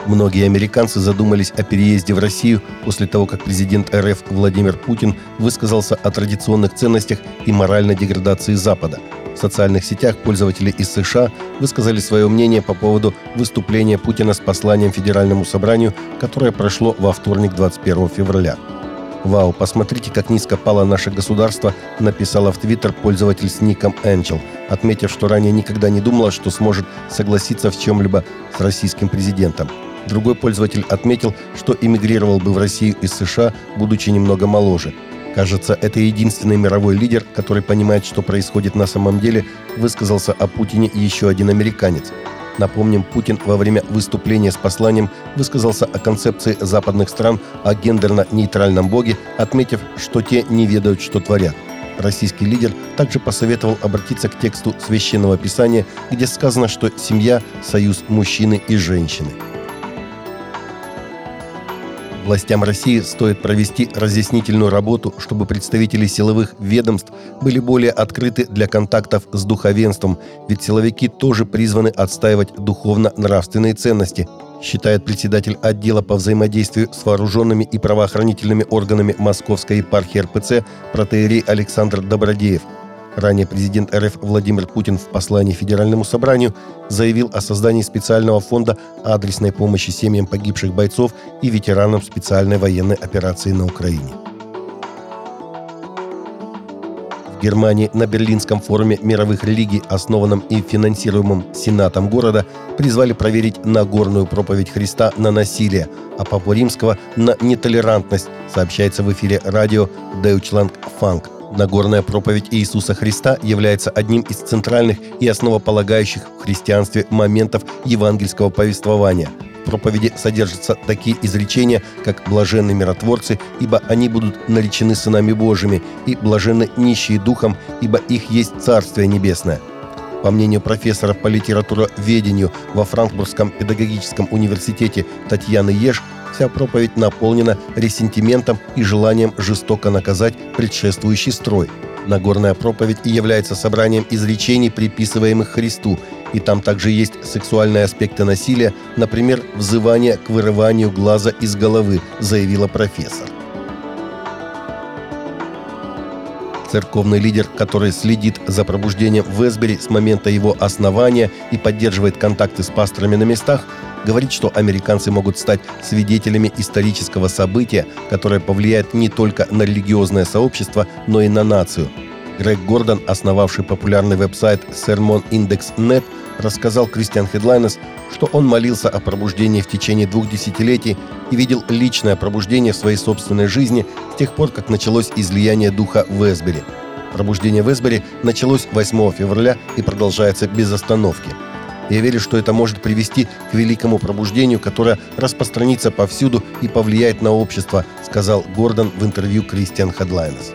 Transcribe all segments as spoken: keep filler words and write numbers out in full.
Многие американцы задумались о переезде в Россию после того, как президент эр эф Владимир Путин высказался о традиционных ценностях и моральной деградации Запада. В социальных сетях пользователи из США высказали свое мнение по поводу выступления Путина с посланием Федеральному собранию, которое прошло во вторник, двадцать первого февраля. «Вау, посмотрите, как низко пало наше государство», написала в Твиттер пользователь с ником Angel, отметив, что ранее никогда не думала, что сможет согласиться в чем-либо с российским президентом. Другой пользователь отметил, что эмигрировал бы в Россию из США, будучи немного моложе. Кажется, это единственный мировой лидер, который понимает, что происходит на самом деле, высказался о Путине еще один американец. Напомним, Путин во время выступления с посланием высказался о концепции западных стран о гендерно-нейтральном боге, отметив, что те не ведают, что творят. Российский лидер также посоветовал обратиться к тексту Священного Писания, где сказано, что семья – союз мужчины и женщины. Властям России стоит провести разъяснительную работу, чтобы представители силовых ведомств были более открыты для контактов с духовенством, ведь силовики тоже призваны отстаивать духовно-нравственные ценности, считает председатель отдела по взаимодействию с вооруженными и правоохранительными органами Московской епархии эр пэ цэ протоиерей Александр Добродеев. Ранее президент эр эф Владимир Путин в послании Федеральному собранию заявил о создании специального фонда адресной помощи семьям погибших бойцов и ветеранам специальной военной операции на Украине. В Германии на Берлинском форуме мировых религий, основанном и финансируемом Сенатом города, призвали проверить Нагорную проповедь Христа на насилие, а Папу Римского на нетолерантность, сообщается в эфире радио Deutschland Funk. Нагорная проповедь Иисуса Христа является одним из центральных и основополагающих в христианстве моментов евангельского повествования. В проповеди содержатся такие изречения, как «блаженны миротворцы, ибо они будут наречены сынами Божьими», и «блаженны нищие духом, ибо их есть Царствие Небесное». По мнению профессора по литературоведению во Франкфуртском педагогическом университете Татьяны Еж, вся проповедь наполнена ресентиментом и желанием жестоко наказать предшествующий строй. Нагорная проповедь является собранием изречений, приписываемых Христу, и там также есть сексуальные аспекты насилия, например, взывание к вырыванию глаза из головы, заявила профессор. Церковный лидер, который следит за пробуждением в Эсбери с момента его основания и поддерживает контакты с пасторами на местах, говорит, что американцы могут стать свидетелями исторического события, которое повлияет не только на религиозное сообщество, но и на нацию. Грег Гордон, основавший популярный веб-сайт Sermon Index точка нет, рассказал Christian Headliners, что он молился о пробуждении в течение двух десятилетий и видел личное пробуждение в своей собственной жизни с тех пор, как началось излияние духа в Эсбери. Пробуждение в Эсбери началось восьмого февраля и продолжается без остановки. Я верю, что это может привести к великому пробуждению, которое распространится повсюду и повлияет на общество, сказал Гордон в интервью Christian Headliners.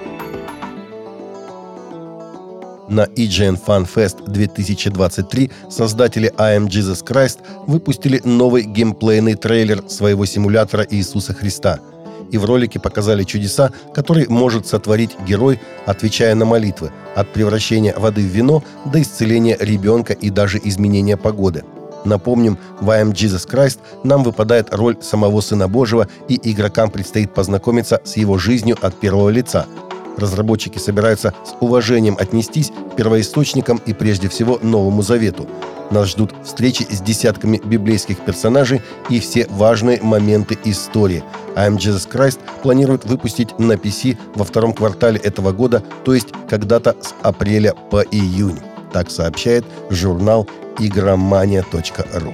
На и джи эн Fan Fest две тысячи двадцать три создатели I Am Jesus Christ выпустили новый геймплейный трейлер своего симулятора Иисуса Христа. И в ролике показали чудеса, которые может сотворить герой, отвечая на молитвы, от превращения воды в вино до исцеления ребенка и даже изменения погоды. Напомним, в I Am Jesus Christ нам выпадает роль самого Сына Божьего, и игрокам предстоит познакомиться с его жизнью от первого лица. Разработчики собираются с уважением отнестись к первоисточникам и прежде всего Новому Завету. Нас ждут встречи с десятками библейских персонажей и все важные моменты истории. I Am Jesus Christ планирует выпустить на пи си во втором квартале этого года, то есть когда-то с апреля по июнь. Так сообщает журнал игромания точка ру.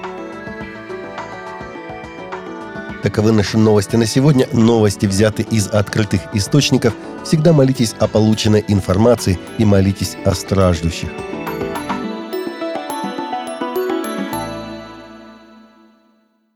Таковы наши новости на сегодня. Новости взяты из открытых источников. Всегда молитесь о полученной информации и молитесь о страждущих.